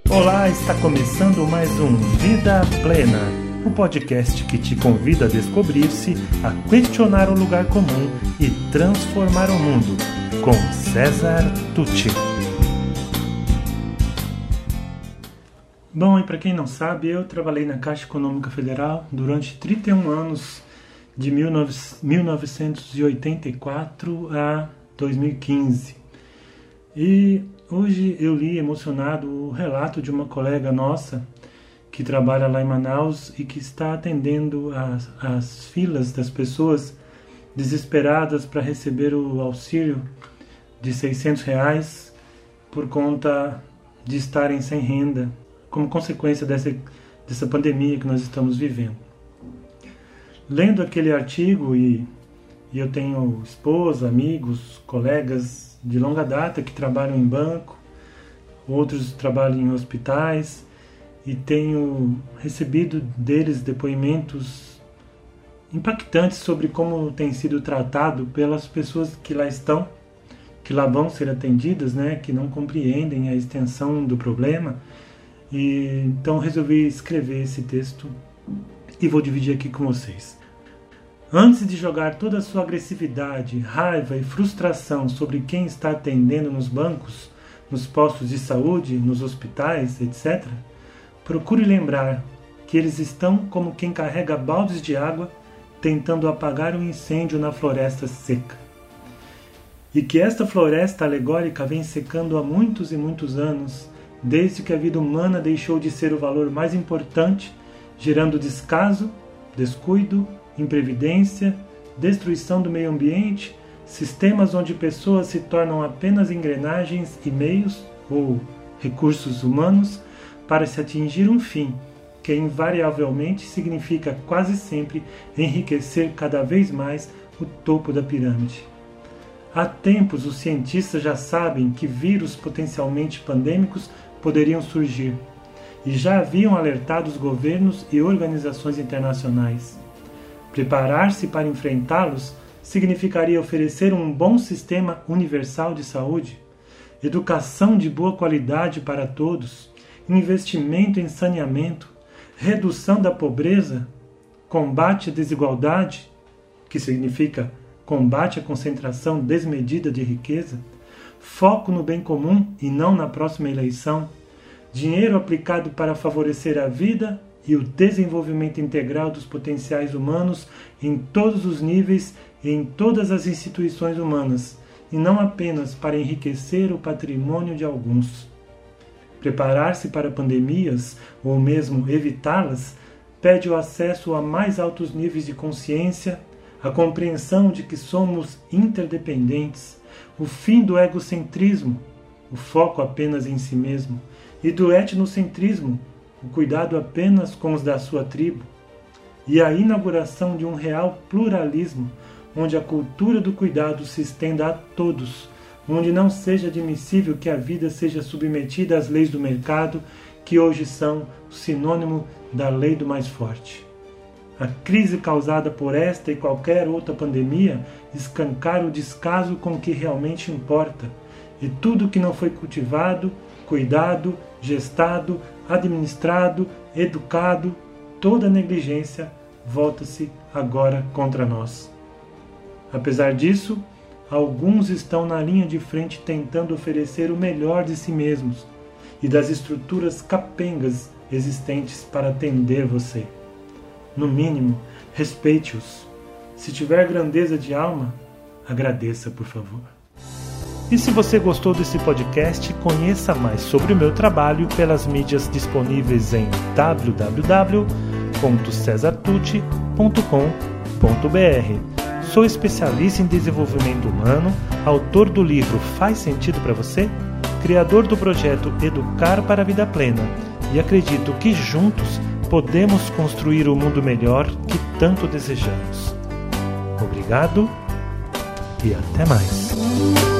Olá, está começando mais um Vida Plena, o podcast que te convida a descobrir-se, a questionar o lugar comum e transformar o mundo, com César Tucci. Bom, e para quem não sabe, eu trabalhei na Caixa Econômica Federal durante 31 anos, de 1984 a 2015. E hoje eu li emocionado o relato de uma colega nossa que trabalha lá em Manaus e que está atendendo as filas das pessoas desesperadas para receber o auxílio de R$600 por conta de estarem sem renda, como consequência dessa pandemia que nós estamos vivendo. Lendo aquele artigo, e eu tenho esposa, amigos, colegas de longa data que trabalham em banco, outros trabalham em hospitais, e tenho recebido deles depoimentos impactantes sobre como tem sido tratado pelas pessoas que lá estão, que lá vão ser atendidas, que não compreendem a extensão do problema. E então resolvi escrever esse texto e vou dividir aqui com vocês. Antes de jogar toda a sua agressividade, raiva e frustração sobre quem está atendendo nos bancos, nos postos de saúde, nos hospitais, etc., procure lembrar que eles estão como quem carrega baldes de água tentando apagar um incêndio na floresta seca. E que esta floresta alegórica vem secando há muitos e muitos anos, desde que a vida humana deixou de ser o valor mais importante, gerando descaso, descuido, imprevidência, destruição do meio ambiente, sistemas onde pessoas se tornam apenas engrenagens e meios, ou recursos humanos, para se atingir um fim, que invariavelmente significa quase sempre enriquecer cada vez mais o topo da pirâmide. Há tempos os cientistas já sabem que vírus potencialmente pandêmicos poderiam surgir, e já haviam alertado os governos e organizações internacionais. Preparar-se para enfrentá-los significaria oferecer um bom sistema universal de saúde, educação de boa qualidade para todos, investimento em saneamento, redução da pobreza, combate à desigualdade, que significa combate à concentração desmedida de riqueza, foco no bem comum e não na próxima eleição, dinheiro aplicado para favorecer a vida e o desenvolvimento integral dos potenciais humanos em todos os níveis e em todas as instituições humanas, e não apenas para enriquecer o patrimônio de alguns. Preparar-se para pandemias, ou mesmo evitá-las, pede o acesso a mais altos níveis de consciência, a compreensão de que somos interdependentes, o fim do egocentrismo, o foco apenas em si mesmo, e do etnocentrismo, o cuidado apenas com os da sua tribo, e a inauguração de um real pluralismo, onde a cultura do cuidado se estenda a todos, onde não seja admissível que a vida seja submetida às leis do mercado, que hoje são o sinônimo da lei do mais forte. A crise causada por esta e qualquer outra pandemia escancara o descaso com o que realmente importa, e tudo que não foi cultivado, cuidado, gestado, administrado, educado, toda negligência volta-se agora contra nós. Apesar disso, alguns estão na linha de frente tentando oferecer o melhor de si mesmos e das estruturas capengas existentes para atender você. No mínimo, respeite-os. Se tiver grandeza de alma, agradeça, por favor. E se você gostou desse podcast, conheça mais sobre o meu trabalho pelas mídias disponíveis em www.cesartucci.com.br. Sou especialista em desenvolvimento humano, autor do livro Faz Sentido para Você? Criador do projeto Educar para a Vida Plena, e acredito que juntos podemos construir o mundo melhor que tanto desejamos. Obrigado e até mais.